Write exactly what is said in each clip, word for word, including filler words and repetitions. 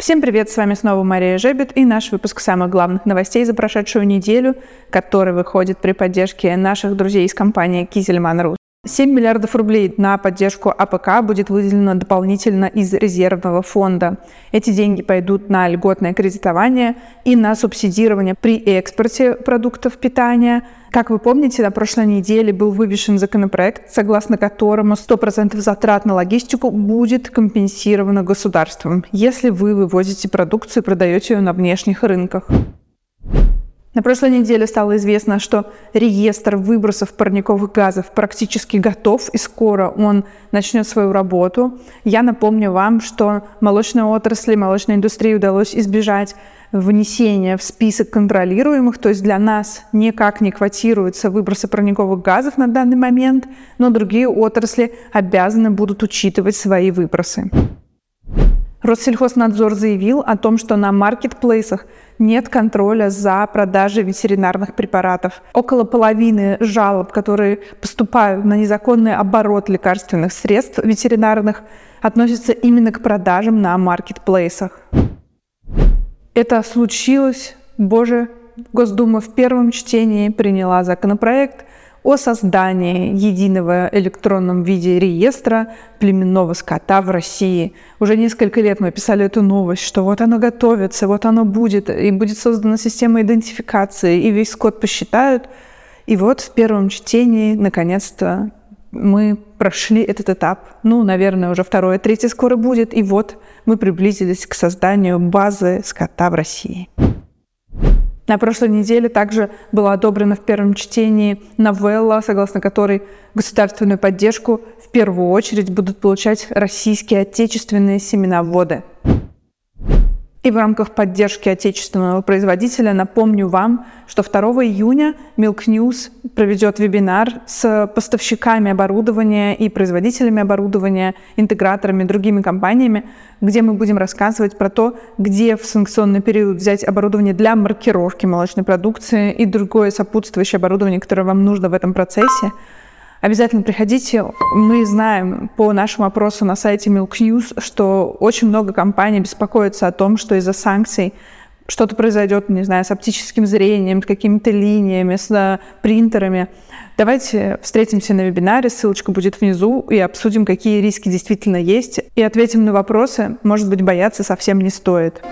Всем привет, с вами снова Мария Жебет и наш выпуск самых главных новостей за прошедшую неделю, который выходит при поддержке наших друзей из компании Кизельман.ру. семь миллиардов рублей на поддержку АПК будет выделено дополнительно из резервного фонда. Эти деньги пойдут на льготное кредитование и на субсидирование при экспорте продуктов питания. Как вы помните, на прошлой неделе был вывешен законопроект, согласно которому сто процентов затрат на логистику будет компенсировано государством, если вы вывозите продукцию и продаете ее на внешних рынках. На прошлой неделе стало известно, что реестр выбросов парниковых газов практически готов, и скоро он начнет свою работу. Я напомню вам, что молочной отрасли, молочной индустрии удалось избежать внесения в список контролируемых, то есть для нас никак не квотируются выбросы парниковых газов на данный момент, но другие отрасли обязаны будут учитывать свои выбросы. Россельхознадзор заявил о том, что на маркетплейсах нет контроля за продажей ветеринарных препаратов. Около половины жалоб, которые поступают на незаконный оборот лекарственных средств ветеринарных, относятся именно к продажам на маркетплейсах. Это случилось, боже, Госдума в первом чтении приняла законопроект о создании единого в электронном виде реестра племенного скота в России. Уже несколько лет мы писали эту новость, что вот оно готовится, вот оно будет, и будет создана система идентификации, и весь скот посчитают. И вот в первом чтении, наконец-то, мы прошли этот этап. Ну, наверное, уже второе, третье скоро будет, и вот мы приблизились к созданию базы скота в России. На прошлой неделе также была одобрена в первом чтении новелла, согласно которой государственную поддержку в первую очередь будут получать российские отечественные семеноводы. И в рамках поддержки отечественного производителя напомню вам, что второго июня Milk News проведет вебинар с поставщиками оборудования и производителями оборудования, интеграторами, другими компаниями, где мы будем рассказывать про то, где в санкционный период взять оборудование для маркировки молочной продукции и другое сопутствующее оборудование, которое вам нужно в этом процессе. Обязательно приходите. Мы знаем по нашему опросу на сайте Milk News, что очень много компаний беспокоятся о том, что из-за санкций что-то произойдет, не знаю, с оптическим зрением, с какими-то линиями, с принтерами. Давайте встретимся на вебинаре, ссылочка будет внизу, и обсудим, какие риски действительно есть, и ответим на вопросы. Может быть, бояться совсем не стоит.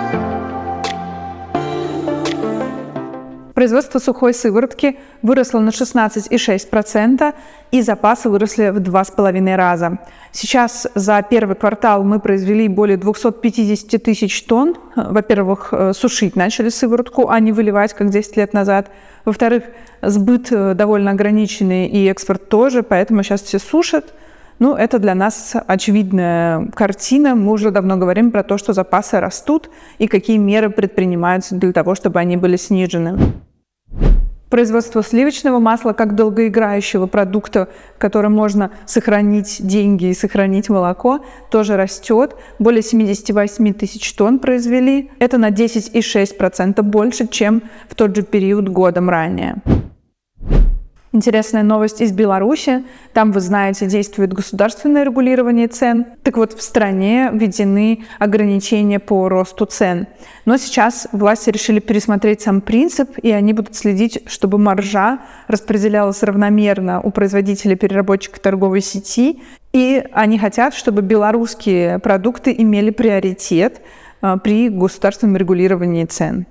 Производство сухой сыворотки выросло на шестнадцать целых шесть десятых процента, и запасы выросли в два с половиной раза. Сейчас за первый квартал мы произвели более двести пятьдесят тысяч тонн. Во-первых, сушить начали сыворотку, а не выливать, как десять лет назад. Во-вторых, сбыт довольно ограниченный и экспорт тоже, поэтому сейчас все сушат. Ну, это для нас очевидная картина. Мы уже давно говорим про то, что запасы растут и какие меры предпринимаются для того, чтобы они были снижены. Производство сливочного масла как долгоиграющего продукта, в котором можно сохранить деньги и сохранить молоко, тоже растет. Более семьдесят восемь тысяч тонн произвели. Это на десять целых шесть десятых процента больше, чем в тот же период годом ранее. Интересная новость из Беларуси. Там, вы знаете, действует государственное регулирование цен. Так вот, в стране введены ограничения по росту цен. Но сейчас власти решили пересмотреть сам принцип, и они будут следить, чтобы маржа распределялась равномерно у производителя, переработчика, торговой сети. И они хотят, чтобы белорусские продукты имели приоритет при государственном регулировании цен.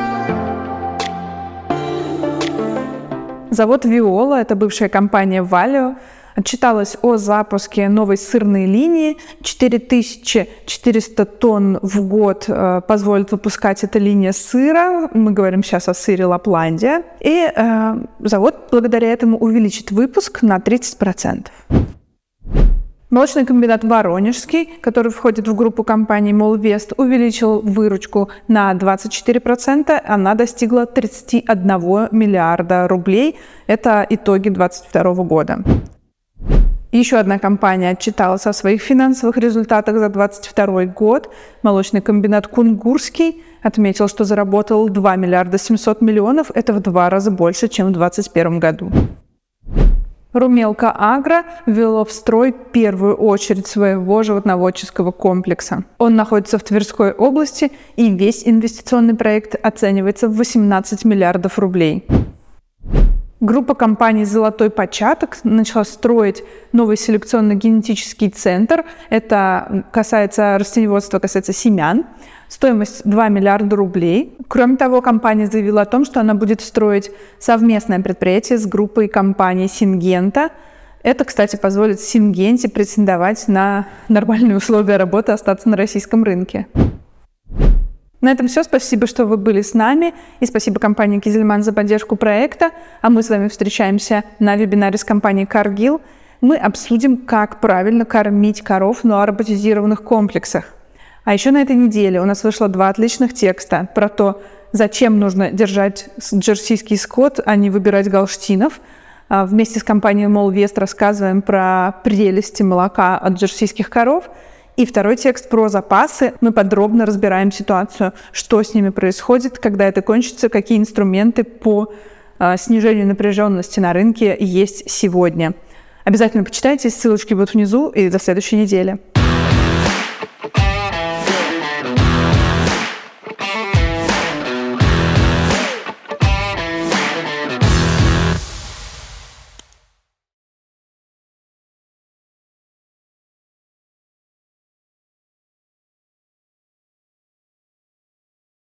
Завод Виола, это бывшая компания Валио, отчиталась о запуске новой сырной линии. четыре тысячи четыреста тонн в год э, позволит выпускать эта линия сыра. Мы говорим сейчас о сыре Лапландия. И э, завод благодаря этому увеличит выпуск на тридцать процентов. Молочный комбинат Воронежский, который входит в группу компаний Молвест, увеличил выручку на двадцать четыре процента. Она достигла тридцать один миллиарда рублей. Это итоги две тысячи двадцать второго года. Еще одна компания отчиталась о своих финансовых результатах за две тысячи двадцать второй год. Молочный комбинат Кунгурский отметил, что заработал два миллиарда семьсот миллионов. Это в два раза больше, чем в две тысячи двадцать первом году. Румелка Агро ввело в строй первую очередь своего животноводческого комплекса. Он находится в Тверской области, и весь инвестиционный проект оценивается в восемнадцать миллиардов рублей. Группа компаний «Золотой початок» начала строить новый селекционно-генетический центр. Это касается растениеводства, касается семян. Стоимость два миллиарда рублей. Кроме того, компания заявила о том, что она будет строить совместное предприятие с группой компаний «Сингента». Это, кстати, позволит «Сингенте» претендовать на нормальные условия работы, остаться на российском рынке. На этом все. Спасибо, что вы были с нами. И спасибо компании «Кизельман» за поддержку проекта. А мы с вами встречаемся на вебинаре с компанией «Каргил». Мы обсудим, как правильно кормить коров на роботизированных комплексах. А еще на этой неделе у нас вышло два отличных текста про то, зачем нужно держать джерсийский скот, а не выбирать галштинов. Вместе с компанией Молвест рассказываем про прелести молока от джерсийских коров. И второй текст про запасы. Мы подробно разбираем ситуацию, что с ними происходит, когда это кончится, какие инструменты по снижению напряженности на рынке есть сегодня. Обязательно почитайте, ссылочки будут внизу, и до следующей недели.